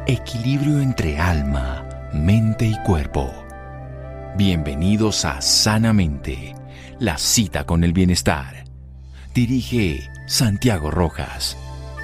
Equilibrio entre alma, mente y cuerpo. Bienvenidos a Sanamente, la cita con el bienestar. Dirige Santiago Rojas.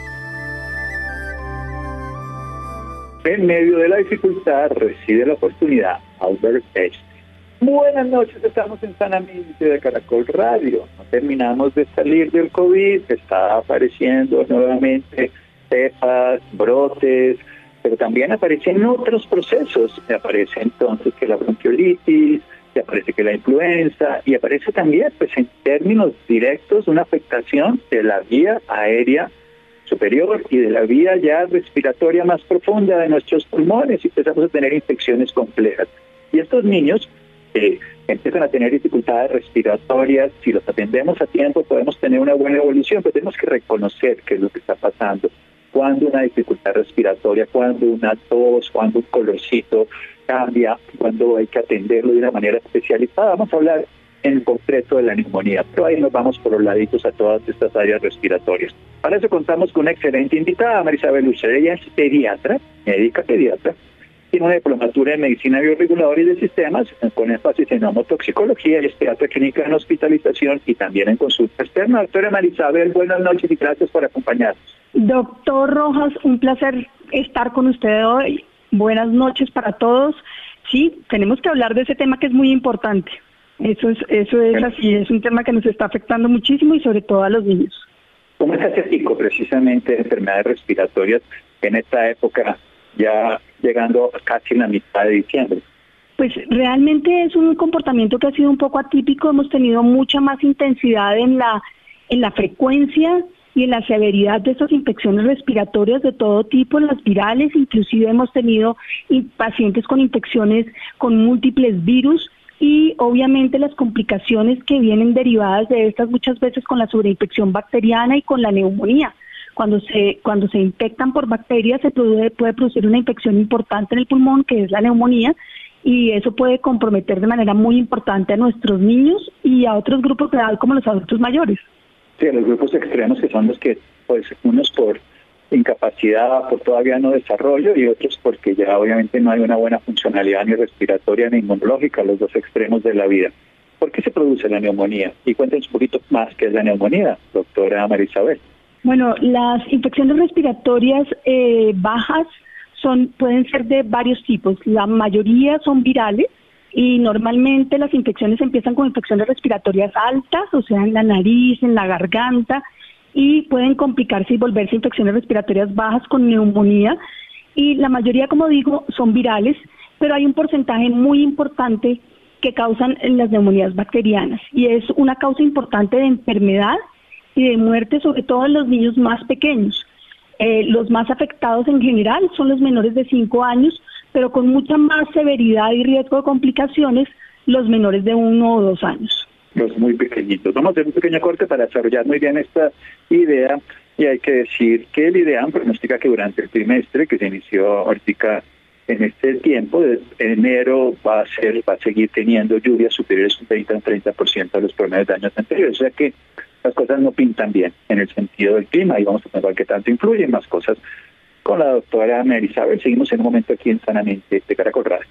En medio de la dificultad reside la oportunidad. Albert Einstein. Buenas noches, estamos en Sanamente de Caracol Radio. No terminamos de salir del COVID, está apareciendo nuevamente cepas, brotes, pero también aparecen otros procesos. Aparece entonces que la bronquiolitis, y aparece que la influenza, y aparece también, pues en términos directos, una afectación de la vía aérea superior y de la vía ya respiratoria más profunda de nuestros pulmones, y empezamos a tener infecciones complejas. Y estos niños empiezan a tener dificultades respiratorias. Si los atendemos a tiempo podemos tener una buena evolución, pero tenemos que reconocer qué es lo que está pasando. Cuando una dificultad respiratoria, cuando una tos, cuando un colorcito cambia, cuando hay que atenderlo de una manera especializada. Vamos a hablar en concreto de la neumonía, pero ahí nos vamos por los laditos a todas estas áreas respiratorias. Para eso contamos con una excelente invitada, Marisabel Ucher. Ella es pediatra, médica pediatra, tiene una diplomatura en medicina bioreguladora y de sistemas, con énfasis en homotoxicología, y es pediatra clínica en hospitalización y también en consulta externa. Doctora Marisabel, buenas noches y gracias por acompañarnos. Doctor Rojas, un placer estar con usted hoy. Buenas noches para todos. Sí, tenemos que hablar de ese tema que es muy importante. Eso es así, es un tema que nos está afectando muchísimo y sobre todo a los niños. ¿Cómo está ese pico precisamente de enfermedades respiratorias en esta época, ya llegando casi la mitad de diciembre? Pues realmente es un comportamiento que ha sido un poco atípico. Hemos tenido mucha más intensidad en la frecuencia y en la severidad de estas infecciones respiratorias de todo tipo, las virales. Inclusive hemos tenido pacientes con infecciones con múltiples virus, y obviamente las complicaciones que vienen derivadas de estas muchas veces con la sobreinfección bacteriana y con la neumonía. Cuando se infectan por bacterias puede producir una infección importante en el pulmón, que es la neumonía, y eso puede comprometer de manera muy importante a nuestros niños y a otros grupos de edad como los adultos mayores. Sí, los grupos extremos, que son los que, pues, unos por incapacidad, por todavía no desarrollo, y otros porque ya obviamente no hay una buena funcionalidad ni respiratoria ni inmunológica, los dos extremos de la vida. ¿Por qué se produce la neumonía? Y cuéntenos un poquito más qué es la neumonía, doctora Marisabel. Bueno, las infecciones respiratorias bajas pueden ser de varios tipos. La mayoría son virales, y normalmente las infecciones empiezan con infecciones respiratorias altas, o sea, en la nariz, en la garganta, y pueden complicarse y volverse infecciones respiratorias bajas con neumonía. Y la mayoría, como digo, son virales, pero hay un porcentaje muy importante que causan las neumonías bacterianas, y es una causa importante de enfermedad y de muerte, sobre todo en los niños más pequeños. Los más afectados en general son los menores de 5 años, pero con mucha más severidad y riesgo de complicaciones los menores de 1 o 2 años. Los muy pequeñitos. Vamos a hacer un pequeño corte para desarrollar muy bien esta idea, y hay que decir que el IDEAM pronostica que durante el trimestre que se inició ahorita en este tiempo, de enero, va a seguir teniendo lluvias superiores un 30% a los promedios de años anteriores, o sea que las cosas no pintan bien en el sentido del clima, y vamos a ver qué tanto influyen más cosas con la doctora Marisabel. Seguimos en un momento aquí en Sanamente de Caracol Radio.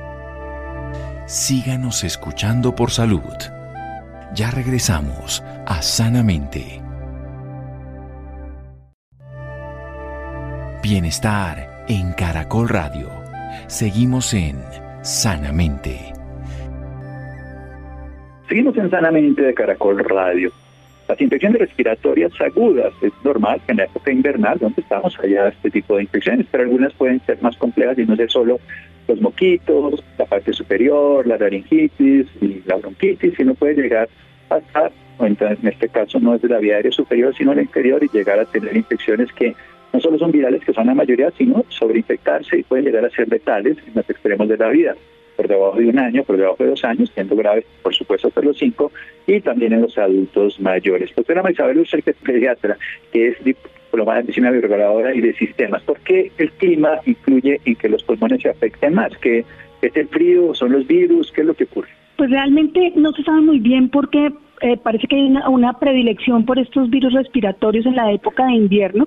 Síganos escuchando por salud. Ya regresamos a Sanamente. Bienestar en Caracol Radio. Seguimos en Sanamente. Seguimos en Sanamente de Caracol Radio. Las infecciones respiratorias agudas, es normal que en la época invernal, donde estamos allá, este tipo de infecciones, pero algunas pueden ser más complejas y no ser solo los moquitos, la parte superior, la laringitis y la bronquitis, sino puede llegar hasta, en este caso no es de la vía aérea superior, sino la inferior, y llegar a tener infecciones que no solo son virales, que son la mayoría, sino sobreinfectarse y pueden llegar a ser letales en los extremos de la vida, por debajo de 1 año, por debajo de 2 años, siendo graves, por supuesto, hasta los 5, y también en los adultos mayores. Doctora Marisabel Ucher, que es pediatra, que es diplomada en medicina bioreguladora y de sistemas. ¿Por qué el clima influye en que los pulmones se afecten más? ¿Qué es el frío? ¿Son los virus? ¿Qué es lo que ocurre? Pues realmente no se sabe muy bien, porque parece que hay una predilección por estos virus respiratorios en la época de invierno.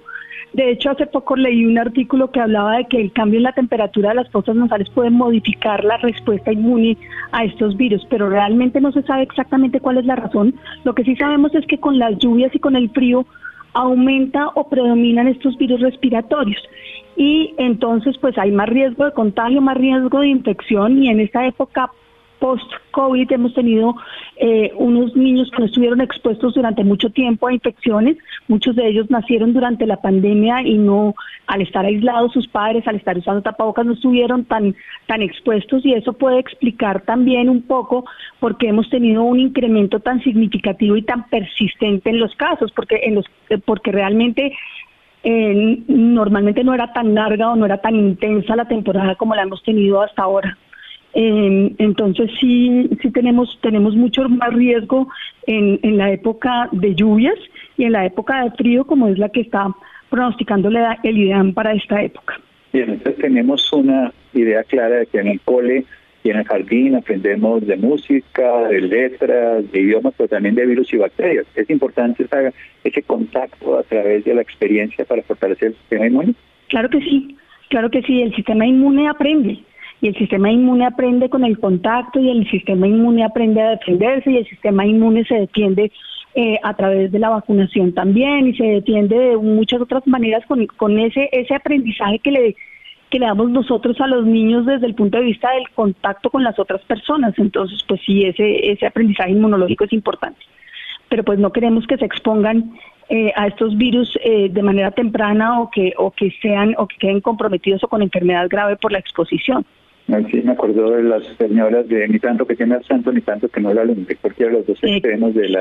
De hecho, hace poco leí un artículo que hablaba de que el cambio en la temperatura de las fosas nasales puede modificar la respuesta inmune a estos virus, pero realmente no se sabe exactamente cuál es la razón. Lo que sí sabemos es que con las lluvias y con el frío aumenta o predominan estos virus respiratorios y entonces pues hay más riesgo de contagio, más riesgo de infección, y en esta época post-COVID hemos tenido unos niños que no estuvieron expuestos durante mucho tiempo a infecciones. Muchos de ellos nacieron durante la pandemia y no, al estar aislados sus padres, al estar usando tapabocas, no estuvieron tan expuestos, y eso puede explicar también un poco por qué hemos tenido un incremento tan significativo y tan persistente en los casos, porque realmente normalmente no era tan larga o no era tan intensa la temporada como la hemos tenido hasta ahora. Entonces sí tenemos mucho más riesgo en la época de lluvias y en la época de frío, como es la que está pronosticando el IDEAM para esta época. Bien, entonces tenemos una idea clara de que en el cole y en el jardín aprendemos de música, de letras, de idiomas, pero también de virus y bacterias. Es importante ese contacto a través de la experiencia para fortalecer el sistema inmune. Claro que sí, el sistema inmune aprende. Y el sistema inmune aprende con el contacto, y el sistema inmune aprende a defenderse, y el sistema inmune se defiende a través de la vacunación también, y se defiende de muchas otras maneras con ese aprendizaje que le damos nosotros a los niños desde el punto de vista del contacto con las otras personas. Entonces, pues sí, ese aprendizaje inmunológico es importante. Pero pues no queremos que se expongan a estos virus de manera temprana o que queden comprometidos o con enfermedad grave por la exposición. Sí, me acuerdo de las señoras de ni tanto que tiene al santo, ni tanto que no la alumbre, porque eran los dos extremos del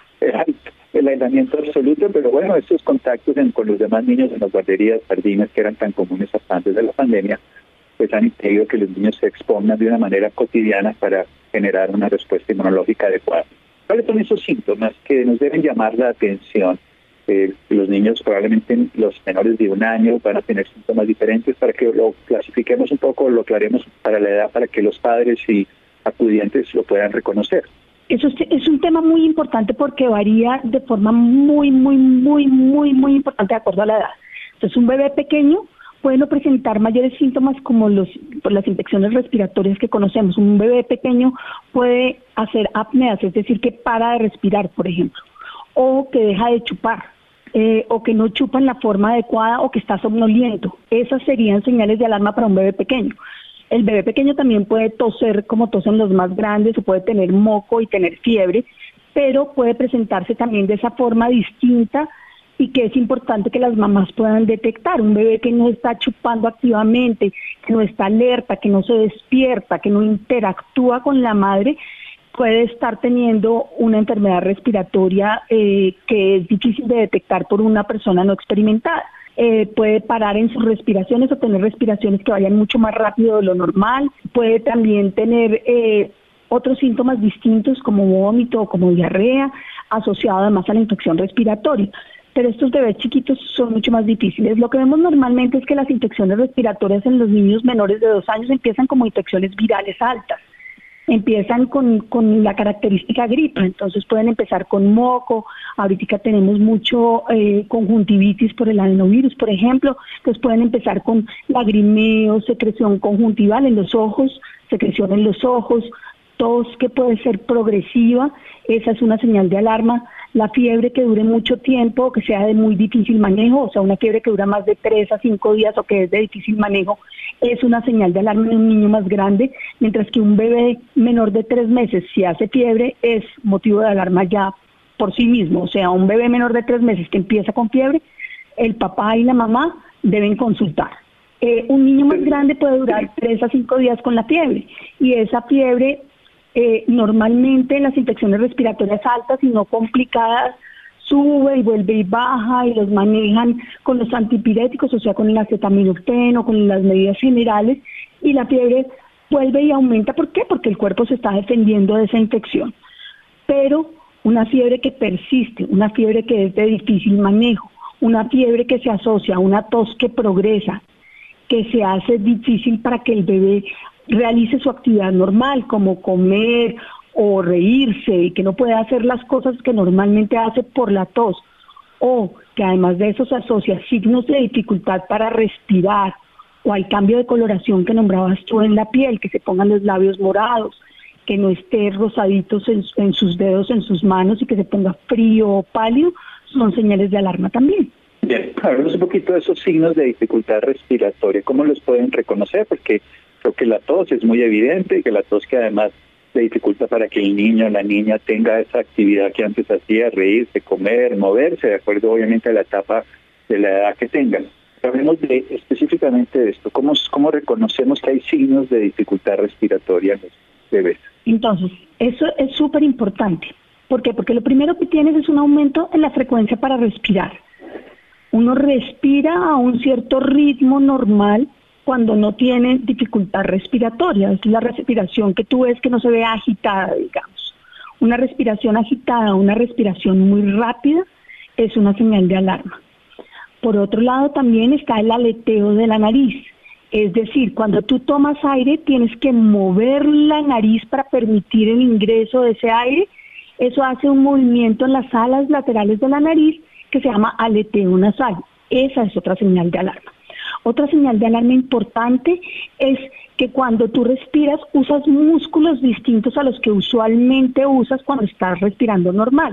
aislamiento absoluto. Pero bueno, estos contactos con los demás niños en las guarderías, jardines, que eran tan comunes hasta antes de la pandemia, pues han impedido que los niños se expongan de una manera cotidiana para generar una respuesta inmunológica adecuada. ¿Cuáles son esos síntomas que nos deben llamar la atención? Los niños, probablemente los menores de 1 año, van a tener síntomas diferentes, para que lo clasifiquemos un poco, lo aclaremos para la edad, para que los padres y acudientes lo puedan reconocer. Eso es un tema muy importante porque varía de forma muy, muy, muy, muy, muy importante de acuerdo a la edad. Entonces, un bebé pequeño puede no presentar mayores síntomas como las infecciones respiratorias que conocemos. Un bebé pequeño puede hacer apneas, es decir, que para de respirar, por ejemplo, o que deja de chupar. O que no chupa en la forma adecuada, o que está somnoliento. Esas serían señales de alarma para un bebé pequeño. El bebé pequeño también puede toser como tosen los más grandes, o puede tener moco y tener fiebre, pero puede presentarse también de esa forma distinta, y que es importante que las mamás puedan detectar. Un bebé que no está chupando activamente, que no está alerta, que no se despierta, que no interactúa con la madre, puede estar teniendo una enfermedad respiratoria que es difícil de detectar por una persona no experimentada. Puede parar en sus respiraciones o tener respiraciones que vayan mucho más rápido de lo normal. Puede también tener otros síntomas distintos como vómito o como diarrea, asociado además a la infección respiratoria. Pero estos bebés chiquitos son mucho más difíciles. Lo que vemos normalmente es que las infecciones respiratorias en los niños menores de 2 años empiezan como infecciones virales altas. Empiezan con la característica gripa, entonces pueden empezar con moco. Ahorita tenemos mucho conjuntivitis por el adenovirus, por ejemplo. Entonces pueden empezar con lagrimeo, secreción conjuntival en los ojos, secreción en los ojos, tos que puede ser progresiva, esa es una señal de alarma. La fiebre que dure mucho tiempo o que sea de muy difícil manejo, o sea, una fiebre que dura más de 3 a 5 días o que es de difícil manejo, es una señal de alarma en un niño más grande, mientras que un bebé menor de 3 meses, si hace fiebre, es motivo de alarma ya por sí mismo. O sea, un bebé menor de 3 meses que empieza con fiebre, el papá y la mamá deben consultar. Un niño más grande puede durar 3 a 5 días con la fiebre, y esa fiebre normalmente en las infecciones respiratorias altas y no complicadas sube y vuelve y baja, y los manejan con los antipiréticos, o sea, con el acetaminofén o con las medidas generales, y la fiebre vuelve y aumenta. ¿Por qué? Porque el cuerpo se está defendiendo de esa infección. Pero una fiebre que persiste, una fiebre que es de difícil manejo, una fiebre que se asocia a una tos que progresa, que se hace difícil para que el bebé realice su actividad normal, como comer o reírse, y que no puede hacer las cosas que normalmente hace por la tos, o que además de eso se asocia signos de dificultad para respirar o al cambio de coloración que nombrabas tú en la piel, que se pongan los labios morados, que no esté rosaditos en sus dedos, en sus manos y que se ponga frío o pálido, son señales de alarma también. Bien, hablemos un poquito de esos signos de dificultad respiratoria, ¿cómo los pueden reconocer? Porque creo que la tos es muy evidente, que la tos que además le dificulta para que el niño o la niña tenga esa actividad que antes hacía, reírse, comer, moverse, de acuerdo obviamente a la etapa de la edad que tengan. Hablemos específicamente de esto, ¿cómo reconocemos que hay signos de dificultad respiratoria en los bebés? Entonces, eso es súper importante. ¿Por qué? Porque lo primero que tienes es un aumento en la frecuencia para respirar. Uno respira a un cierto ritmo normal cuando no tiene dificultad respiratoria. Es la respiración que tú ves que no se ve agitada, digamos. Una respiración agitada, una respiración muy rápida es una señal de alarma. Por otro lado, también está el aleteo de la nariz. Es decir, cuando tú tomas aire, tienes que mover la nariz para permitir el ingreso de ese aire. Eso hace un movimiento en las alas laterales de la nariz que se llama aleteo nasal. Esa es otra señal de alarma. Otra señal de alarma importante es que cuando tú respiras, usas músculos distintos a los que usualmente usas cuando estás respirando normal.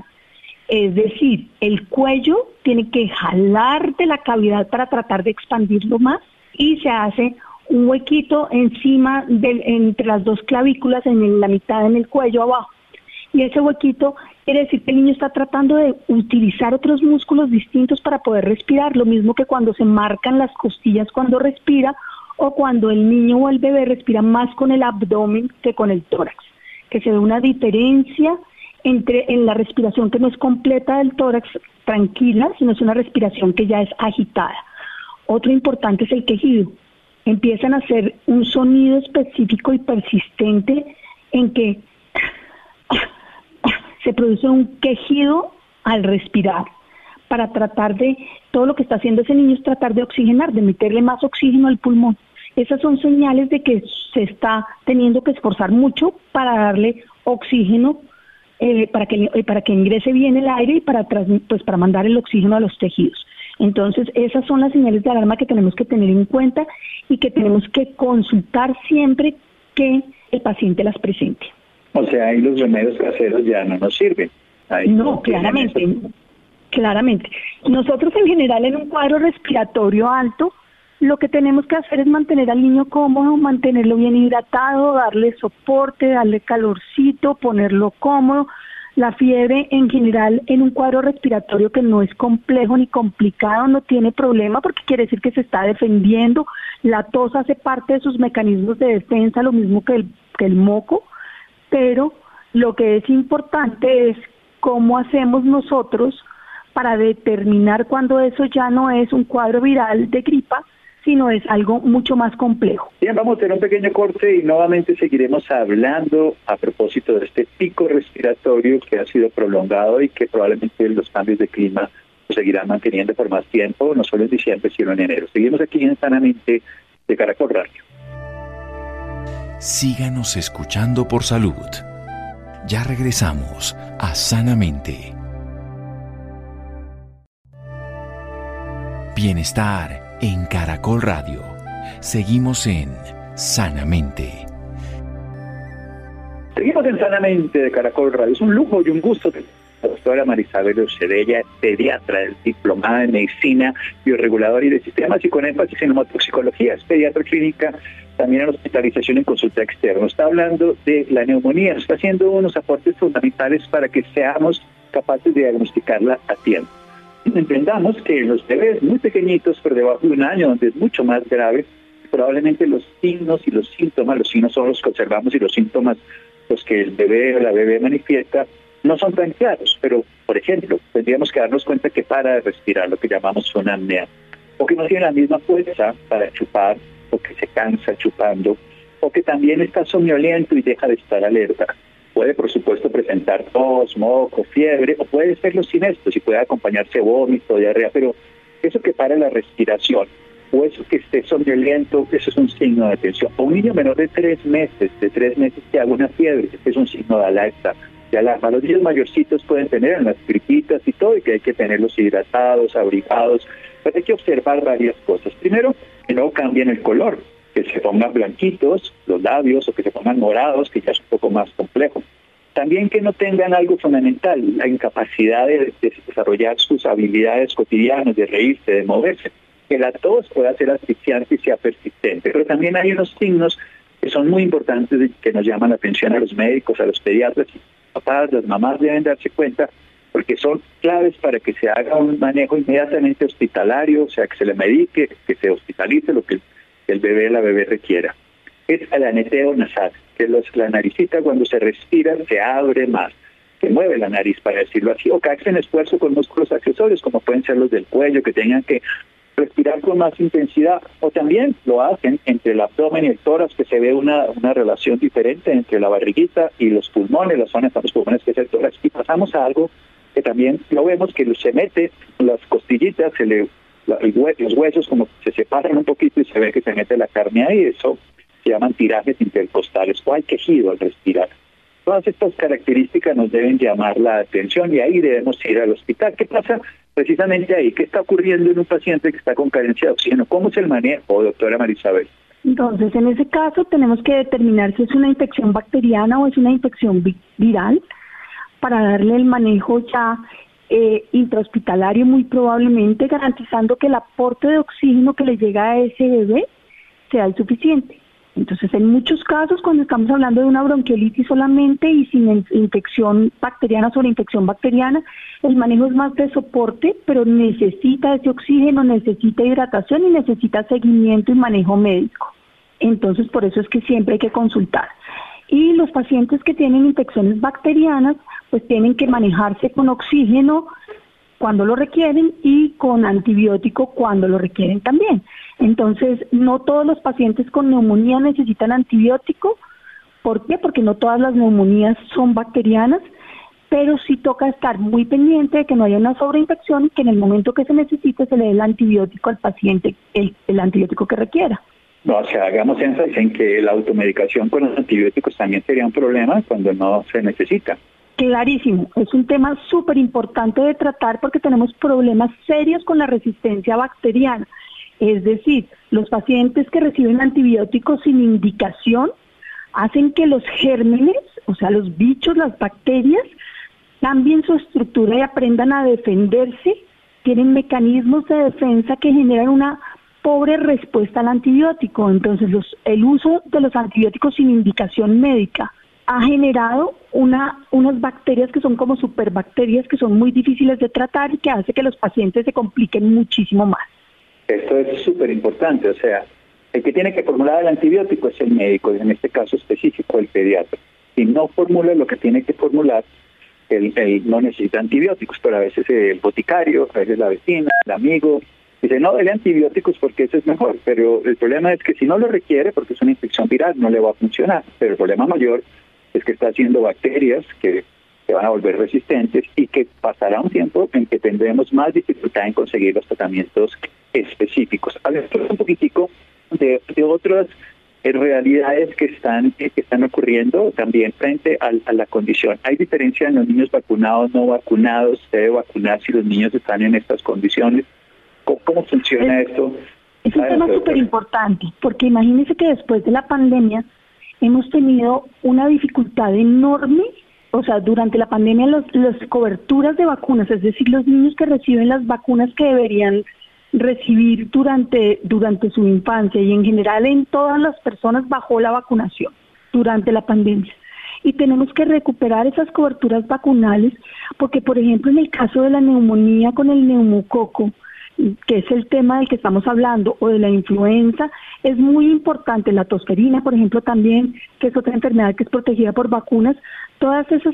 Es decir, el cuello tiene que jalar de la cavidad para tratar de expandirlo más y se hace un huequito encima entre las dos clavículas en la mitad en el cuello abajo. Y ese huequito quiere decir que el niño está tratando de utilizar otros músculos distintos para poder respirar, lo mismo que cuando se marcan las costillas cuando respira o cuando el niño o el bebé respira más con el abdomen que con el tórax, que se ve una diferencia en la respiración que no es completa del tórax, tranquila, sino es una respiración que ya es agitada. Otro importante es el quejido. Empiezan a hacer un sonido específico y persistente en que se produce un quejido al respirar para tratar de, todo lo que está haciendo ese niño es tratar de oxigenar, de meterle más oxígeno al pulmón. Esas son señales de que se está teniendo que esforzar mucho para darle oxígeno, para que ingrese bien el aire y para mandar el oxígeno a los tejidos. Entonces, esas son las señales de alarma que tenemos que tener en cuenta y que tenemos que consultar siempre que el paciente las presente. O sea, ahí los remedios caseros ya no nos sirven. Ahí no, claramente. Nosotros en general en un cuadro respiratorio alto, lo que tenemos que hacer es mantener al niño cómodo, mantenerlo bien hidratado, darle soporte, darle calorcito, ponerlo cómodo. La fiebre en general en un cuadro respiratorio que no es complejo ni complicado no tiene problema porque quiere decir que se está defendiendo. La tos hace parte de sus mecanismos de defensa, lo mismo que el moco, pero lo que es importante es cómo hacemos nosotros para determinar cuando eso ya no es un cuadro viral de gripa, sino es algo mucho más complejo. Bien, vamos a tener un pequeño corte y nuevamente seguiremos hablando a propósito de este pico respiratorio que ha sido prolongado y que probablemente los cambios de clima lo seguirán manteniendo por más tiempo, no solo en diciembre, sino en enero. Seguimos aquí en Sanamente de Caracol Radio. Síganos escuchando por salud. Ya regresamos a Sanamente. Bienestar en Caracol Radio. Seguimos en Sanamente. Seguimos en Sanamente de Caracol Radio. Es un lujo y un gusto tener a la doctora Marisabel Osedella, pediatra, diplomada en medicina bioreguladora y de sistemas y con énfasis en hemotoxicología. Es pediatra clínica, también en hospitalización en consulta externa. Está hablando de la neumonía, nos está haciendo unos aportes fundamentales para que seamos capaces de diagnosticarla a tiempo. Entendamos que los bebés muy pequeñitos, por debajo de un año, donde es mucho más grave, probablemente los signos y los síntomas, los signos son los que observamos y los síntomas los que el bebé o la bebé manifiesta, no son tan claros. Pero, por ejemplo, tendríamos que darnos cuenta que para de respirar, lo que llamamos una apnea, o que no tiene la misma fuerza para chupar, o que se cansa chupando, o que también está somnoliento y deja de estar alerta. Puede, por supuesto, presentar tos, moco, fiebre, o puede serlo sin esto, si puede acompañarse vómito, diarrea, pero eso que para la respiración. o eso que esté somnoliento, eso es un signo de tensión. O un niño menor de 3 meses, que haga una fiebre, ese es un signo de alerta. De alarma. Los niños mayorcitos pueden tener en las gripitas y todo, y que hay que tenerlos hidratados, abrigados, pero hay que observar varias cosas. Primero, que no cambien el color, que se pongan blanquitos los labios o que se pongan morados, que ya es un poco más complejo. También que no tengan algo fundamental, la incapacidad de desarrollar sus habilidades cotidianas, de reírse, de moverse. Que la tos pueda ser asfixiante y sea persistente. Pero también hay unos signos que son muy importantes y que nos llaman la atención a los médicos, a los pediatras. Y los papás, las mamás deben darse cuenta porque son claves para que se haga un manejo inmediatamente hospitalario, o sea, que se le medique, que se hospitalice lo que el bebé, la bebé requiera. Es el aneteo nasal, que la naricita cuando se respira se abre más, se mueve la nariz, para decirlo así, o que hacen esfuerzo con músculos accesorios, como pueden ser los del cuello, que tengan que respirar con más intensidad, o también lo hacen entre el abdomen y el tórax, que se ve una relación diferente entre la barriguita y los pulmones, la zona de los pulmones que es el tórax, y pasamos a algo que también lo vemos, que se mete las costillitas, los huesos como se separan un poquito y se ve que se mete la carne ahí, eso se llaman tirajes intercostales, o hay quejido al respirar. Todas estas características nos deben llamar la atención y ahí debemos ir al hospital. ¿Qué pasa precisamente ahí? ¿Qué está ocurriendo en un paciente que está con carencia de oxígeno? ¿Cómo es el manejo, doctora Marisabel? Entonces, en ese caso tenemos que determinar si es una infección bacteriana o es una infección viral para darle el manejo ya intrahospitalario, muy probablemente garantizando que el aporte de oxígeno que le llega a ese bebé sea el suficiente. Entonces, en muchos casos, cuando estamos hablando de una bronquiolitis solamente y sin infección bacteriana sobre infección bacteriana, el manejo es más de soporte, pero necesita ese oxígeno, necesita hidratación y necesita seguimiento y manejo médico. Entonces, por eso es que siempre hay que consultar. Y los pacientes que tienen infecciones bacterianas, pues tienen que manejarse con oxígeno cuando lo requieren y con antibiótico cuando lo requieren también. Entonces, no todos los pacientes con neumonía necesitan antibiótico. ¿Por qué? Porque no todas las neumonías son bacterianas, pero sí toca estar muy pendiente de que no haya una sobreinfección y que en el momento que se necesite se le dé el antibiótico al paciente, el antibiótico que requiera. No, o sea, hagamos énfasis en que la automedicación con los antibióticos también sería un problema cuando no se necesita. Clarísimo, es un tema súper importante de tratar porque tenemos problemas serios con la resistencia bacteriana. Es decir, los pacientes que reciben antibióticos sin indicación hacen que los gérmenes, o sea, los bichos, las bacterias, cambien su estructura y aprendan a defenderse. Tienen mecanismos de defensa que generan una pobre respuesta al antibiótico. Entonces, el uso de los antibióticos sin indicación médica ha generado unas bacterias que son como superbacterias que son muy difíciles de tratar y que hace que los pacientes se compliquen muchísimo más. Esto es súper importante, o sea, el que tiene que formular el antibiótico es el médico, en este caso específico el pediatra. Si no formula lo que tiene que formular, él no necesita antibióticos, pero a veces el boticario, a veces la vecina, el amigo, dice, no, dele antibióticos porque eso es mejor, pero el problema es que si no lo requiere, porque es una infección viral, no le va a funcionar, pero el problema mayor es que está haciendo bacterias que se van a volver resistentes y que pasará un tiempo en que tendremos más dificultad en conseguir los tratamientos específicos. Hablemos un poquitico de otras realidades que están ocurriendo también frente a la condición. ¿Hay diferencia en los niños vacunados, no vacunados? ¿Se debe vacunar si los niños están en estas condiciones? ¿Cómo funciona esto? Es un tema súper importante, porque imagínense que después de la pandemia hemos tenido una dificultad enorme. O sea, durante la pandemia las coberturas de vacunas, es decir, los niños que reciben las vacunas que deberían recibir durante su infancia y en general en todas las personas bajó la vacunación durante la pandemia. Y tenemos que recuperar esas coberturas vacunales porque, por ejemplo, en el caso de la neumonía con el neumococo, que es el tema del que estamos hablando, o de la influenza, es muy importante. La tosferina, por ejemplo, también, que es otra enfermedad que es protegida por vacunas. Todas esas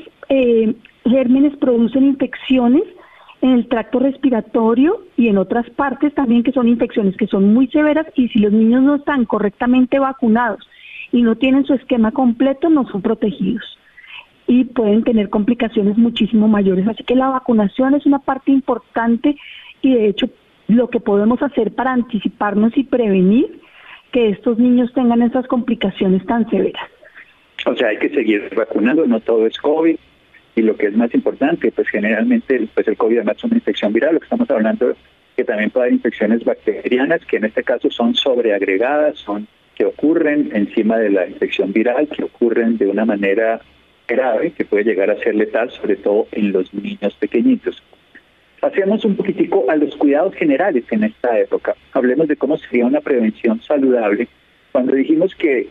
gérmenes producen infecciones en el tracto respiratorio y en otras partes también, que son infecciones que son muy severas, y si los niños no están correctamente vacunados y no tienen su esquema completo, no son protegidos y pueden tener complicaciones muchísimo mayores. Así que la vacunación es una parte importante y de hecho lo que podemos hacer para anticiparnos y prevenir que estos niños tengan esas complicaciones tan severas. O sea, hay que seguir vacunando, no todo es COVID. Y lo que es más importante, pues generalmente pues el COVID además es una infección viral, lo que estamos hablando que también puede haber infecciones bacterianas, que en este caso son sobreagregadas, que ocurren encima de la infección viral, que ocurren de una manera grave, que puede llegar a ser letal, sobre todo en los niños pequeñitos. Pasemos un poquitico a los cuidados generales en esta época. Hablemos de cómo sería una prevención saludable cuando dijimos que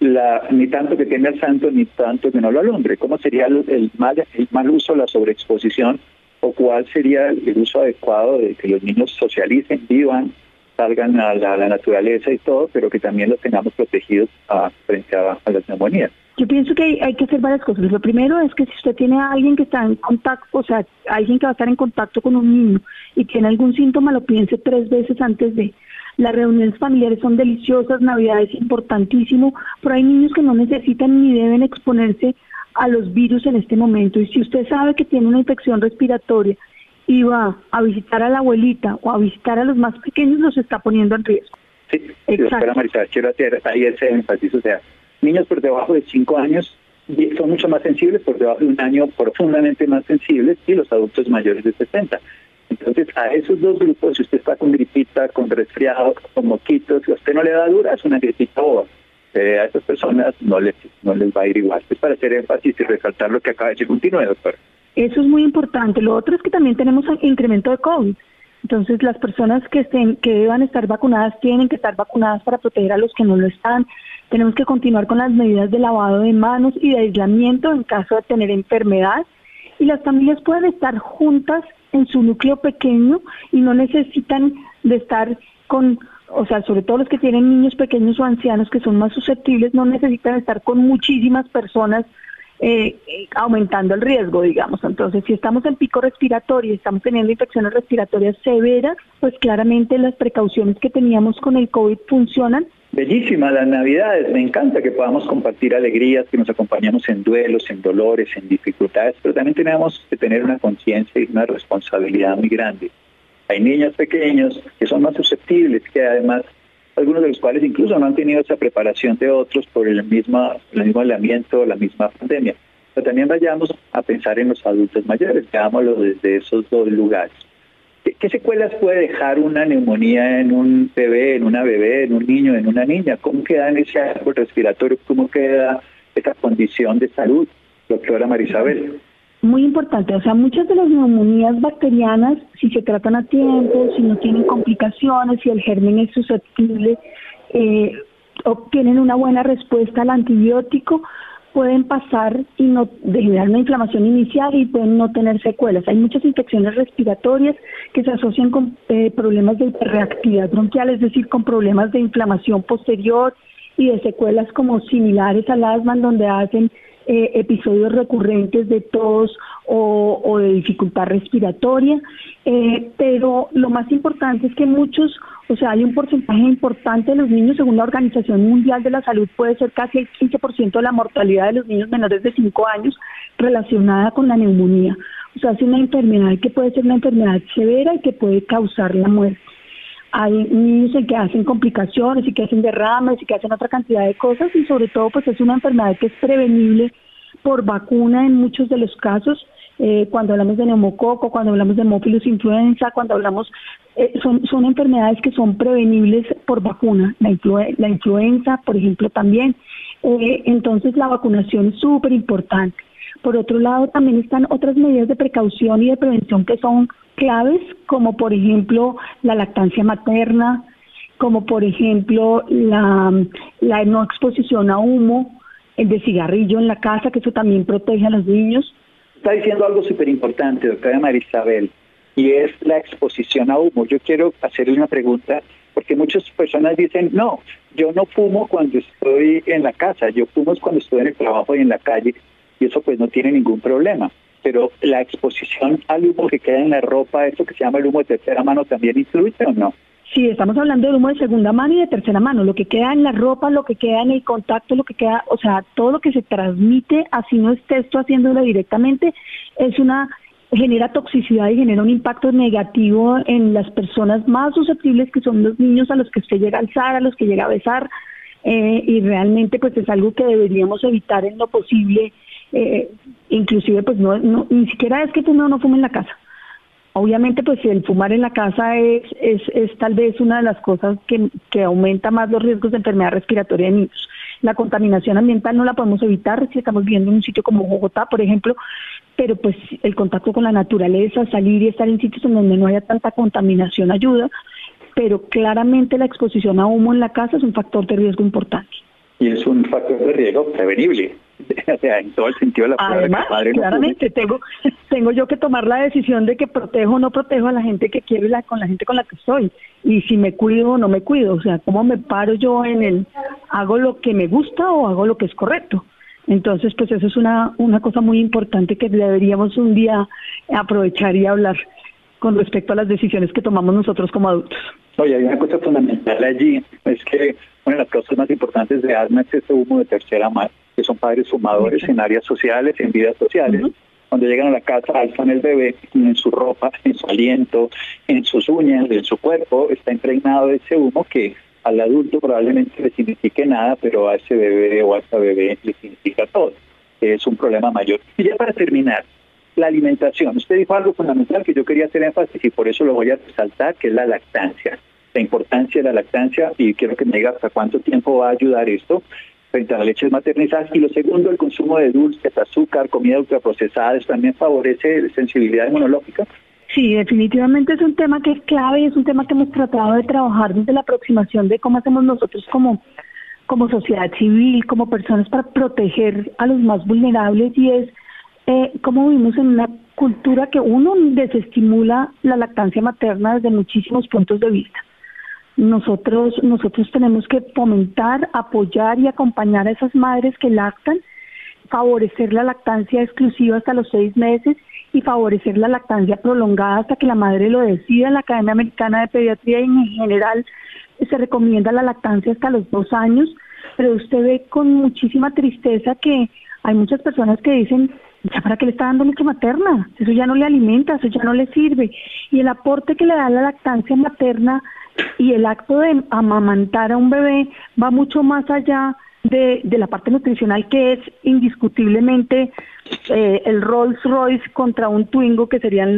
ni tanto que tiene al santo, ni tanto que no lo alumbre. ¿Cómo sería el mal uso, la sobreexposición, o cuál sería el uso adecuado de que los niños socialicen, vivan, salgan a la naturaleza y todo, pero que también los tengamos protegidos frente a las neumonías? Yo pienso que hay que hacer varias cosas. Lo primero es que si usted tiene a alguien que está en contacto, o sea, alguien que va a estar en contacto con un niño y tiene algún síntoma, lo piense 3 veces antes de. Las reuniones familiares son deliciosas, Navidad es importantísimo, pero hay niños que no necesitan ni deben exponerse a los virus en este momento. Y si usted sabe que tiene una infección respiratoria y va a visitar a la abuelita o a visitar a los más pequeños, los está poniendo en riesgo. Sí, doctora Marisa, quiero hacer ahí ese énfasis. O sea, niños por debajo de 5 años son mucho más sensibles, por debajo de 1 año profundamente más sensibles, y los adultos mayores de 60. Entonces, a esos 2 grupos, si usted está con gripita, con resfriado, con moquitos, si a usted no le da dura, es una gripita boba. A esas personas no les va a ir igual. Es para hacer énfasis y resaltar lo que acaba de decir. Continúe, doctor. Eso es muy importante. Lo otro es que también tenemos incremento de COVID. Entonces, las personas que deban estar vacunadas tienen que estar vacunadas para proteger a los que no lo están. Tenemos que continuar con las medidas de lavado de manos y de aislamiento en caso de tener enfermedad. Y las familias pueden estar juntas en su núcleo pequeño y no necesitan de estar sobre todo los que tienen niños pequeños o ancianos que son más susceptibles, no necesitan estar con muchísimas personas aumentando el riesgo, digamos. Entonces, si estamos en pico respiratorio y estamos teniendo infecciones respiratorias severas, pues claramente las precauciones que teníamos con el COVID funcionan. Bellísimas las Navidades, me encanta que podamos compartir alegrías, que nos acompañamos en duelos, en dolores, en dificultades, pero también tenemos que tener una conciencia y una responsabilidad muy grande. Hay niños pequeños que son más susceptibles, que además, algunos de los cuales incluso no han tenido esa preparación de otros por el mismo aislamiento, la misma pandemia. Pero también vayamos a pensar en los adultos mayores, veámoslo desde esos 2 lugares. ¿Qué secuelas puede dejar una neumonía en un bebé, en una bebé, en un niño, en una niña? ¿Cómo queda en ese árbol respiratorio? ¿Cómo queda esa condición de salud, doctora Marisabel? Muy importante, o sea, muchas de las neumonías bacterianas, si se tratan a tiempo, si no tienen complicaciones, si el germen es susceptible, obtienen una buena respuesta al antibiótico, pueden pasar y no generar una inflamación inicial y pueden no tener secuelas. Hay muchas infecciones respiratorias que se asocian con problemas de hiperreactividad bronquial, es decir, con problemas de inflamación posterior y de secuelas como similares al asma, en donde hacen episodios recurrentes de tos o de dificultad respiratoria, pero lo más importante es que hay un porcentaje importante de los niños, según la Organización Mundial de la Salud, puede ser casi el 15% de la mortalidad de los niños menores de 5 años relacionada con la neumonía. O sea, es una enfermedad que puede ser una enfermedad severa y que puede causar la muerte. Hay niños en que hacen complicaciones y que hacen derrames y que hacen otra cantidad de cosas, y sobre todo pues es una enfermedad que es prevenible por vacuna en muchos de los casos. Cuando hablamos de neumococo, cuando hablamos de Haemophilus influenza, cuando hablamos son enfermedades que son prevenibles por vacuna. La influenza, por ejemplo, también. Entonces la vacunación es súper importante. Por otro lado, también están otras medidas de precaución y de prevención que son claves, como por ejemplo la lactancia materna, como por ejemplo la no exposición a humo, el de cigarrillo en la casa, que eso también protege a los niños. Está diciendo algo súper importante, doctora Marisabel, y es la exposición a humo. Yo quiero hacerle una pregunta, porque muchas personas dicen, no, yo no fumo cuando estoy en la casa, yo fumo cuando estoy en el trabajo y en la calle, y eso pues no tiene ningún problema. Pero la exposición al humo que queda en la ropa, eso que se llama el humo de tercera mano, ¿también influye o no? Sí, estamos hablando del humo de segunda mano y de tercera mano, lo que queda en la ropa, lo que queda en el contacto, lo que queda, o sea, todo lo que se transmite, así no esté esto haciéndolo directamente, es una genera toxicidad y genera un impacto negativo en las personas más susceptibles, que son los niños a los que usted llega a alzar, a los que llega a besar, y realmente pues es algo que deberíamos evitar en lo posible. Inclusive pues no ni siquiera es que fume o no fume en la casa. Obviamente pues el fumar en la casa es tal vez una de las cosas que aumenta más los riesgos de enfermedad respiratoria en niños. La contaminación ambiental no la podemos evitar si estamos viviendo en un sitio como Bogotá, por ejemplo, pero pues el contacto con la naturaleza, salir y estar en sitios en donde no haya tanta contaminación ayuda, pero claramente la exposición a humo en la casa es un factor de riesgo importante. Y es un factor de riesgo prevenible, o sea, en todo el sentido de la palabra. Además, claramente tengo yo que tomar la decisión de que protejo o no protejo a la gente que quiero y con la gente con la que estoy, y si me cuido o no me cuido, o sea, cómo me paro yo hago lo que me gusta o hago lo que es correcto. Entonces, pues eso es una cosa muy importante que deberíamos un día aprovechar y hablar con respecto a las decisiones que tomamos nosotros como adultos. Oye, hay una cosa fundamental allí, es que una de las causas más importantes de asma es ese humo de tercera mano, que son padres fumadores en áreas sociales, en vidas sociales. Cuando llegan a la casa, alzan el bebé, en su ropa, en su aliento, en sus uñas, en su cuerpo, está impregnado de ese humo que al adulto probablemente le signifique nada, pero a ese bebé o a esa bebé le significa todo. Es un problema mayor. Y ya para terminar, la alimentación. Usted dijo algo fundamental que yo quería hacer énfasis y por eso lo voy a resaltar, que es la lactancia. La importancia de la lactancia, y quiero que me diga hasta cuánto tiempo va a ayudar esto frente a las leches maternizadas. Y lo segundo, el consumo de dulces, azúcar, comida ultraprocesada, ¿eso también favorece sensibilidad inmunológica? Sí, definitivamente es un tema que es clave y es un tema que hemos tratado de trabajar desde la aproximación de cómo hacemos nosotros como sociedad civil, como personas para proteger a los más vulnerables, y es cómo vivimos en una cultura que uno desestimula la lactancia materna desde muchísimos puntos de vista. Nosotros tenemos que fomentar, apoyar y acompañar a esas madres que lactan, favorecer la lactancia exclusiva hasta los 6 meses y favorecer la lactancia prolongada hasta que la madre lo decida. En la Academia Americana de Pediatría y en general se recomienda la lactancia hasta los 2 años, pero usted ve con muchísima tristeza que hay muchas personas que dicen, ¿ya para qué le está dando leche materna? Eso ya no le alimenta, eso ya no le sirve. Y el aporte que le da la lactancia materna y el acto de amamantar a un bebé va mucho más allá de la parte nutricional, que es indiscutiblemente el Rolls Royce contra un Twingo, que serían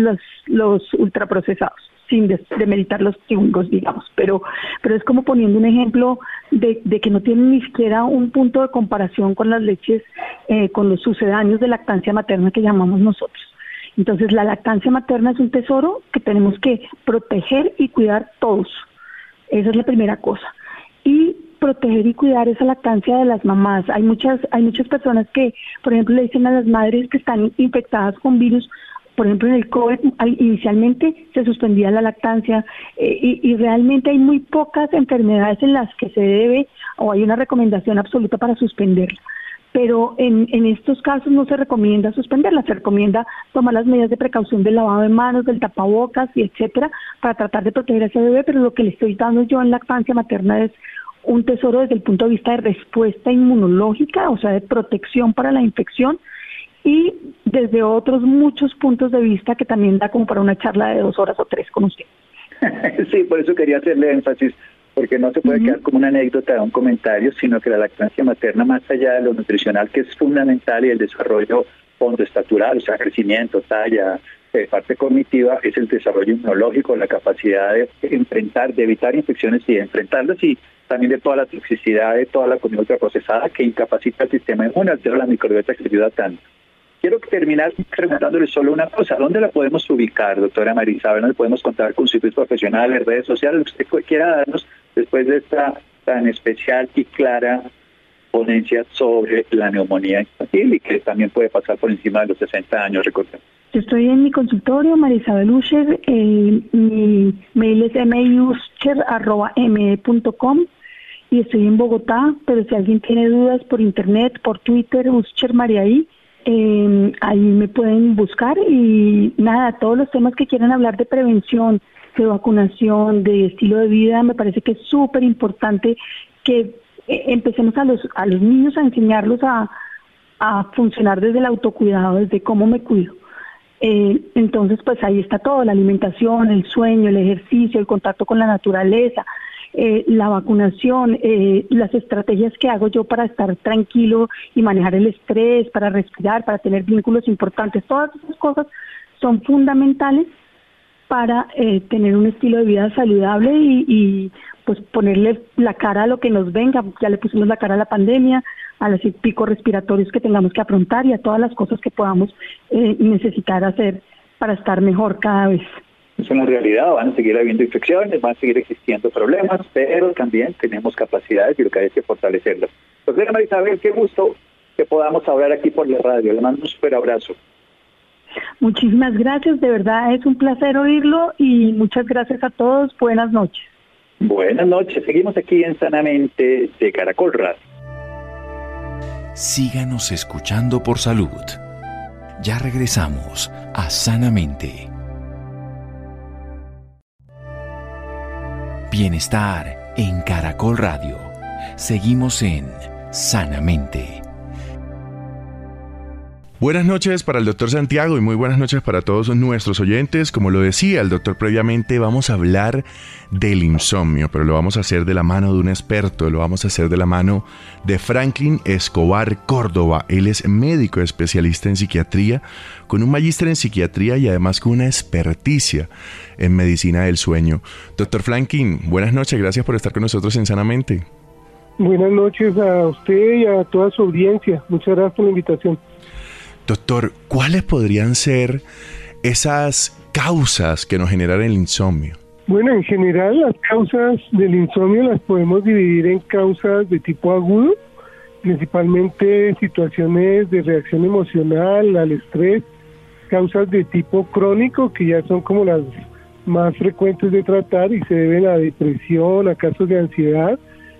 los ultraprocesados, sin demeritar los Twingos, digamos, pero es como poniendo un ejemplo de que no tienen ni siquiera un punto de comparación con las leches, con los sucedáneos de lactancia materna que llamamos nosotros. Entonces, la lactancia materna es un tesoro que tenemos que proteger y cuidar todos. Esa es la primera cosa. Y proteger y cuidar esa lactancia de las mamás. Hay muchas personas que, por ejemplo, le dicen a las madres que están infectadas con virus. Por ejemplo, en el COVID inicialmente se suspendía la lactancia, y realmente hay muy pocas enfermedades en las que se debe o hay una recomendación absoluta para suspenderla. Pero en estos casos no se recomienda suspenderla, se recomienda tomar las medidas de precaución del lavado de manos, del tapabocas y etcétera, para tratar de proteger a ese bebé. Pero lo que le estoy dando yo en lactancia materna es un tesoro desde el punto de vista de respuesta inmunológica, o sea, de protección para la infección, y desde otros muchos puntos de vista que también da como para una charla de 2 horas o 3 con usted. Sí, por eso quería hacerle énfasis, porque no se puede quedar como una anécdota, un comentario, sino que la lactancia materna, más allá de lo nutricional, que es fundamental, y el desarrollo fondoestatural, o sea, crecimiento, talla, parte cognitiva, es el desarrollo inmunológico, la capacidad de enfrentar, de evitar infecciones y de enfrentarlas, y también de toda la toxicidad, de toda la comida ultraprocesada que incapacita el sistema inmune, altera la microbiota que ayuda tanto. Quiero terminar preguntándole solo una cosa. ¿Dónde la podemos ubicar, doctora María Isabel? ¿Dónde podemos contar con sitios profesionales, redes sociales, lo que usted quiera darnos después de esta tan especial y clara ponencia sobre la neumonía infantil y que también puede pasar por encima de los 60 años, recordemos? Yo estoy en mi consultorio, María Isabel Uscher, mi mail es miuscher@me.com y estoy en Bogotá, pero si alguien tiene dudas por internet, por Twitter, Uscher Mariaí, ahí me pueden buscar. Y nada, todos los temas que quieran hablar de prevención, de vacunación, de estilo de vida, me parece que es súper importante que empecemos a los niños a enseñarlos a funcionar desde el autocuidado, desde cómo me cuido. Entonces, pues ahí está todo, la alimentación, el sueño, el ejercicio, el contacto con la naturaleza, la vacunación, las estrategias que hago yo para estar tranquilo y manejar el estrés, para respirar, para tener vínculos importantes, todas esas cosas son fundamentales para tener un estilo de vida saludable y pues ponerle la cara a lo que nos venga. Ya le pusimos la cara a la pandemia, a los picos respiratorios que tengamos que afrontar y a todas las cosas que podamos necesitar hacer para estar mejor cada vez. Es una realidad, van a seguir habiendo infecciones, van a seguir existiendo problemas, pero también tenemos capacidades y lo que hay que fortalecerlas. Doctora Marisabel, qué gusto que podamos hablar aquí por la radio. Le mando un súper abrazo. Muchísimas gracias, de verdad es un placer oírlo y muchas gracias a todos. Buenas noches. Buenas noches, seguimos aquí en Sanamente de Caracol Radio. Síganos escuchando por salud. Ya regresamos a Sanamente. Bienestar en Caracol Radio. Seguimos en Sanamente. Buenas noches para el doctor Santiago y muy buenas noches para todos nuestros oyentes. Como lo decía el doctor previamente, vamos a hablar del insomnio, pero lo vamos a hacer de la mano de un experto, lo vamos a hacer de la mano de Franklin Escobar Córdoba. Él es médico especialista en psiquiatría, con un magíster en psiquiatría y además con una experticia en medicina del sueño. Doctor Franklin, buenas noches, gracias por estar con nosotros en Sanamente. Buenas noches a usted y a toda su audiencia. Muchas gracias por la invitación. Doctor, ¿cuáles podrían ser esas causas que nos generan el insomnio? Bueno, en general las causas del insomnio las podemos dividir en causas de tipo agudo, principalmente situaciones de reacción emocional al estrés, causas de tipo crónico, que ya son como las más frecuentes de tratar y se deben a depresión, a casos de ansiedad,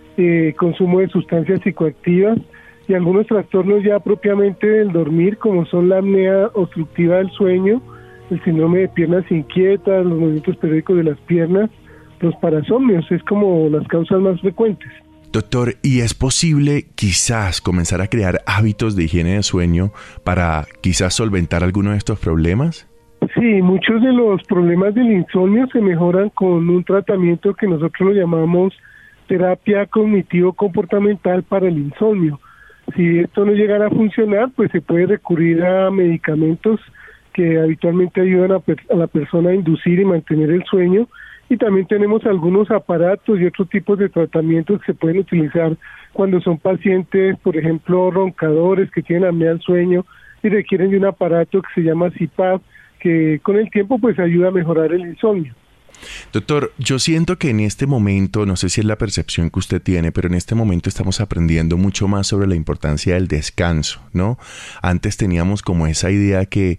consumo de sustancias psicoactivas, y algunos trastornos ya propiamente del dormir, como son la apnea obstructiva del sueño, el síndrome de piernas inquietas, los movimientos periódicos de las piernas, los parasomnios, es como las causas más frecuentes. Doctor, ¿y es posible quizás comenzar a crear hábitos de higiene de sueño para quizás solventar alguno de estos problemas? Sí, muchos de los problemas del insomnio se mejoran con un tratamiento que nosotros lo llamamos terapia cognitivo-comportamental para el insomnio. Si esto no llegara a funcionar, pues se puede recurrir a medicamentos que habitualmente ayudan a la persona a inducir y mantener el sueño, y también tenemos algunos aparatos y otros tipos de tratamientos que se pueden utilizar cuando son pacientes, por ejemplo, roncadores que tienen apnea del sueño y requieren de un aparato que se llama CPAP, que con el tiempo pues ayuda a mejorar el insomnio. Doctor, yo siento que en este momento, no sé si es la percepción que usted tiene, pero en este momento estamos aprendiendo mucho más sobre la importancia del descanso, ¿no? Antes teníamos como esa idea que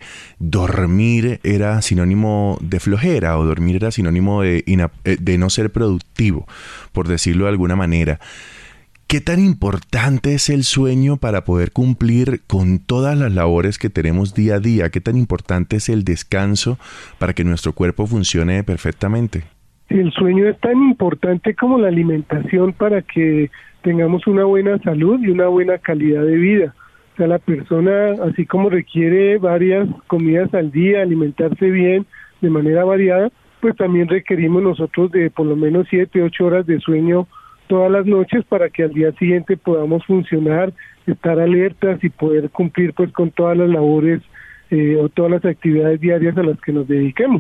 dormir era sinónimo de flojera o dormir era sinónimo de no ser productivo, por decirlo de alguna manera. ¿Qué tan importante es el sueño para poder cumplir con todas las labores que tenemos día a día? ¿Qué tan importante es el descanso para que nuestro cuerpo funcione perfectamente? El sueño es tan importante como la alimentación para que tengamos una buena salud y una buena calidad de vida. O sea, la persona, así como requiere varias comidas al día, alimentarse bien de manera variada, pues también requerimos nosotros de por lo menos 7, 8 horas de sueño todas las noches para que al día siguiente podamos funcionar, estar alertas y poder cumplir pues con todas las labores o todas las actividades diarias a las que nos dediquemos.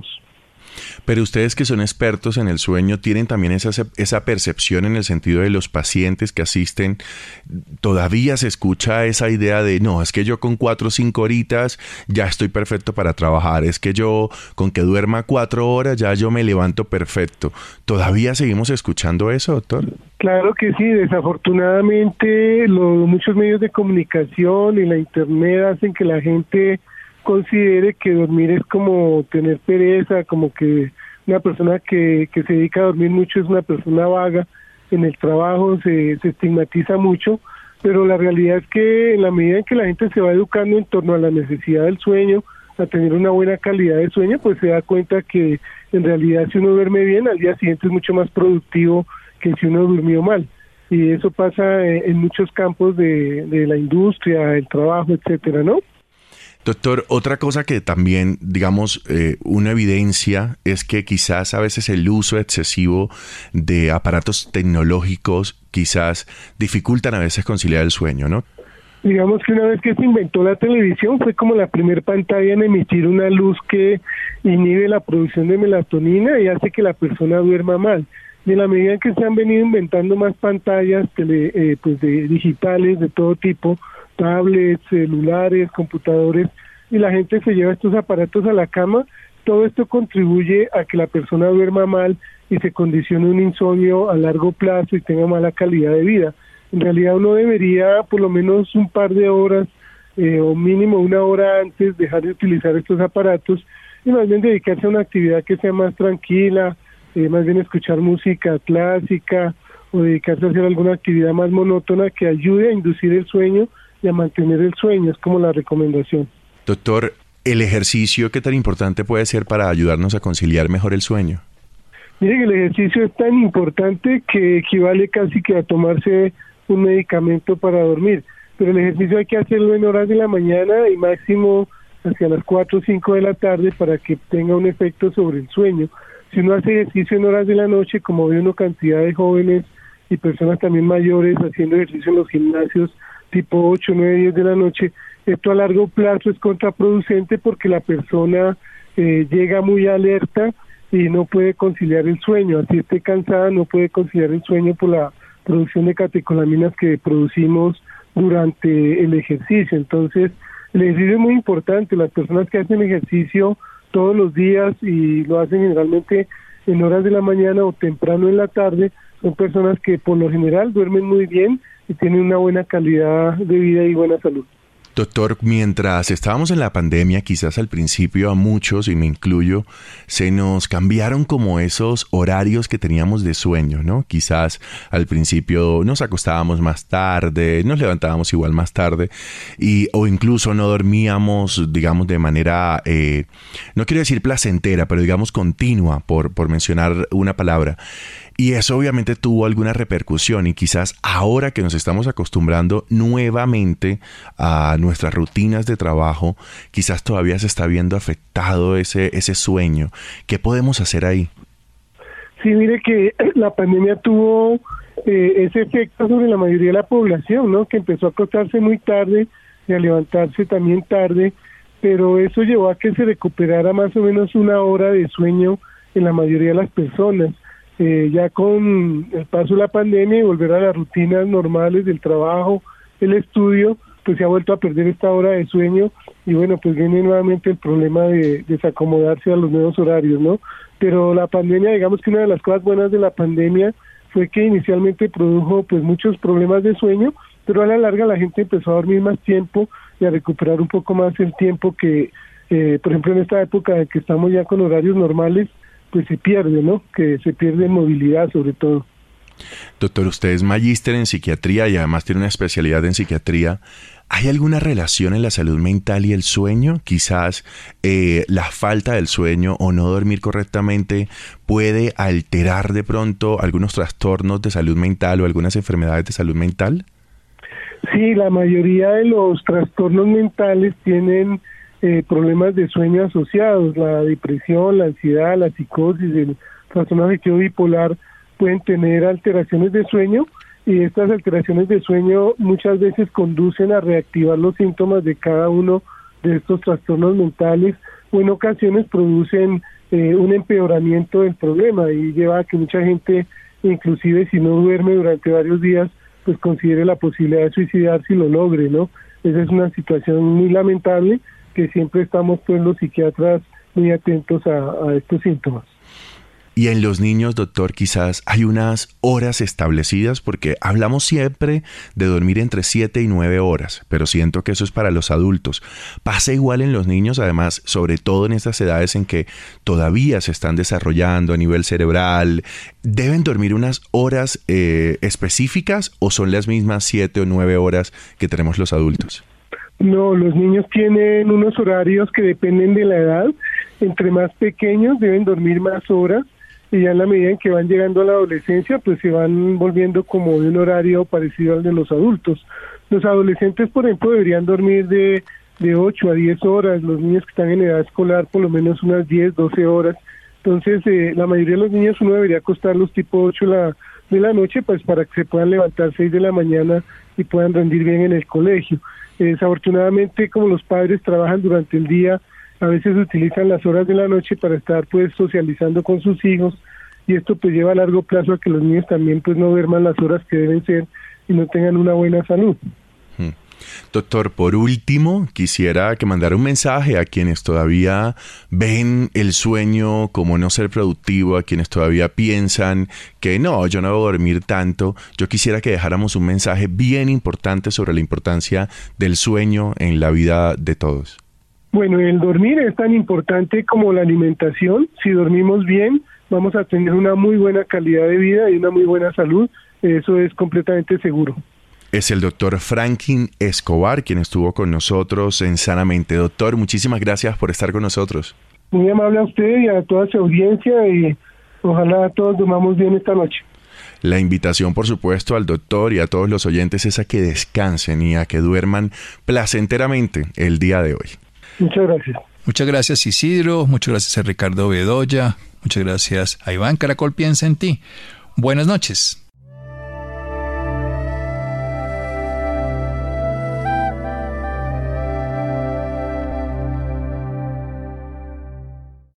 Pero ustedes que son expertos en el sueño, ¿tienen también esa percepción en el sentido de los pacientes que asisten? ¿Todavía se escucha esa idea de, no, es que yo con 4 o 5 horitas ya estoy perfecto para trabajar, es que yo con que duerma 4 horas ya yo me levanto perfecto? ¿Todavía seguimos escuchando eso, doctor? Claro que sí, desafortunadamente muchos medios de comunicación y la internet hacen que la gente considere que dormir es como tener pereza, como que una persona que se dedica a dormir mucho es una persona vaga. En el trabajo se estigmatiza mucho, pero la realidad es que en la medida en que la gente se va educando en torno a la necesidad del sueño, a tener una buena calidad de sueño, pues se da cuenta que en realidad si uno duerme bien, al día siguiente es mucho más productivo que si uno durmió mal. Y eso pasa en muchos campos de la industria, el trabajo, etcétera, ¿no? Doctor, otra cosa que también, digamos, una evidencia es que quizás a veces el uso excesivo de aparatos tecnológicos quizás dificultan a veces conciliar el sueño, ¿no? Digamos que una vez que se inventó la televisión fue como la primer pantalla en emitir una luz que inhibe la producción de melatonina y hace que la persona duerma mal. Y en la medida en que se han venido inventando más pantallas pues de digitales de todo tipo, tablets, celulares, computadores, y la gente se lleva estos aparatos a la cama, todo esto contribuye a que la persona duerma mal y se condicione un insomnio a largo plazo y tenga mala calidad de vida. En realidad uno debería por lo menos un par de horas o mínimo una hora antes dejar de utilizar estos aparatos y más bien dedicarse a una actividad que sea más tranquila, más bien escuchar música clásica o dedicarse a hacer alguna actividad más monótona que ayude a inducir el sueño y a mantener el sueño, es como la recomendación. Doctor, ¿el ejercicio qué tan importante puede ser para ayudarnos a conciliar mejor el sueño? Mire que el ejercicio es tan importante que equivale casi que a tomarse un medicamento para dormir, pero el ejercicio hay que hacerlo en horas de la mañana y máximo hacia las 4 o 5 de la tarde para que tenga un efecto sobre el sueño. Si uno hace ejercicio en horas de la noche, como ve uno cantidad de jóvenes y personas también mayores haciendo ejercicio en los gimnasios tipo 8, 9, 10 de la noche, esto a largo plazo es contraproducente porque la persona llega muy alerta y no puede conciliar el sueño, así esté cansada no puede conciliar el sueño por la producción de catecolaminas que producimos durante el ejercicio. Entonces el ejercicio es muy importante, las personas que hacen ejercicio todos los días y lo hacen generalmente en horas de la mañana o temprano en la tarde, son personas que por lo general duermen muy bien y tienen una buena calidad de vida y buena salud. Doctor, mientras estábamos en la pandemia, quizás al principio a muchos, y me incluyo, se nos cambiaron como esos horarios que teníamos de sueño, ¿no? Quizás al principio nos acostábamos más tarde, nos levantábamos igual más tarde, o incluso no dormíamos, digamos, de manera, no quiero decir placentera, pero digamos continua, por mencionar una palabra. Y eso obviamente tuvo alguna repercusión y quizás ahora que nos estamos acostumbrando nuevamente a nuestras rutinas de trabajo, quizás todavía se está viendo afectado ese sueño. ¿Qué podemos hacer ahí? Sí, mire que la pandemia tuvo ese efecto sobre la mayoría de la población, ¿no? Que empezó a acostarse muy tarde y a levantarse también tarde, pero eso llevó a que se recuperara más o menos una hora de sueño en la mayoría de las personas. Ya con el paso de la pandemia y volver a las rutinas normales del trabajo, el estudio, pues se ha vuelto a perder esta hora de sueño y bueno, pues viene nuevamente el problema de desacomodarse a los nuevos horarios, ¿no? Pero la pandemia, digamos que una de las cosas buenas de la pandemia fue que inicialmente produjo pues muchos problemas de sueño, pero a la larga la gente empezó a dormir más tiempo y a recuperar un poco más el tiempo que, por ejemplo, en esta época de que estamos ya con horarios normales, pues se pierde, ¿no? Que se pierde en movilidad sobre todo. Doctor, usted es magíster en psiquiatría y además tiene una especialidad en psiquiatría. ¿Hay alguna relación en la salud mental y el sueño? Quizás la falta del sueño o no dormir correctamente puede alterar de pronto algunos trastornos de salud mental o algunas enfermedades de salud mental. Sí, la mayoría de los trastornos mentales tienen problemas de sueño asociados. La depresión, la ansiedad, la psicosis, el trastorno afectivo bipolar pueden tener alteraciones de sueño y estas alteraciones de sueño muchas veces conducen a reactivar los síntomas de cada uno de estos trastornos mentales o en ocasiones producen un empeoramiento del problema y lleva a que mucha gente, inclusive si no duerme durante varios días, pues considere la posibilidad de suicidarse y lo logre, ¿no? Esa es una situación muy lamentable que siempre estamos pues los psiquiatras muy atentos a estos síntomas. Y en los niños, doctor, quizás hay unas horas establecidas porque hablamos siempre de dormir entre 7 y 9 horas, pero siento que eso es para los adultos. ¿Pasa igual en los niños? Además, sobre todo en estas edades en que todavía se están desarrollando a nivel cerebral, ¿deben dormir unas horas específicas o son las mismas 7 o 9 horas que tenemos los adultos? No, los niños tienen unos horarios que dependen de la edad. Entre más pequeños deben dormir más horas y ya en la medida en que van llegando a la adolescencia pues se van volviendo como de un horario parecido al de los adultos. Los adolescentes, por ejemplo, deberían dormir de de 8 a 10 horas, los niños que están en edad escolar por lo menos unas 10, 12 horas. Entonces, la mayoría de los niños uno debería acostarlos tipo 8 de la noche, pues para que se puedan levantar 6 de la mañana y puedan rendir bien en el colegio. Desafortunadamente, como los padres trabajan durante el día, a veces utilizan las horas de la noche para estar pues socializando con sus hijos, y esto pues lleva a largo plazo a que los niños también pues no duerman las horas que deben ser y no tengan una buena salud. Doctor, por último, quisiera que mandara un mensaje a quienes todavía ven el sueño como no ser productivo, a quienes todavía piensan que no, yo no debo dormir tanto. Yo quisiera que dejáramos un mensaje bien importante sobre la importancia del sueño en la vida de todos. Bueno, el dormir es tan importante como la alimentación. Si dormimos bien, vamos a tener una muy buena calidad de vida y una muy buena salud. Eso es completamente seguro. Es el doctor Franklin Escobar quien estuvo con nosotros en Sanamente. Doctor, muchísimas gracias por estar con nosotros. Muy amable a usted y a toda su audiencia, y ojalá todos durmamos bien esta noche. La invitación, por supuesto, al doctor y a todos los oyentes es a que descansen y a que duerman placenteramente el día de hoy. Muchas gracias. Muchas gracias, Isidro. Muchas gracias a Ricardo Bedoya. Muchas gracias a Iván. Caracol piensa en ti. Buenas noches.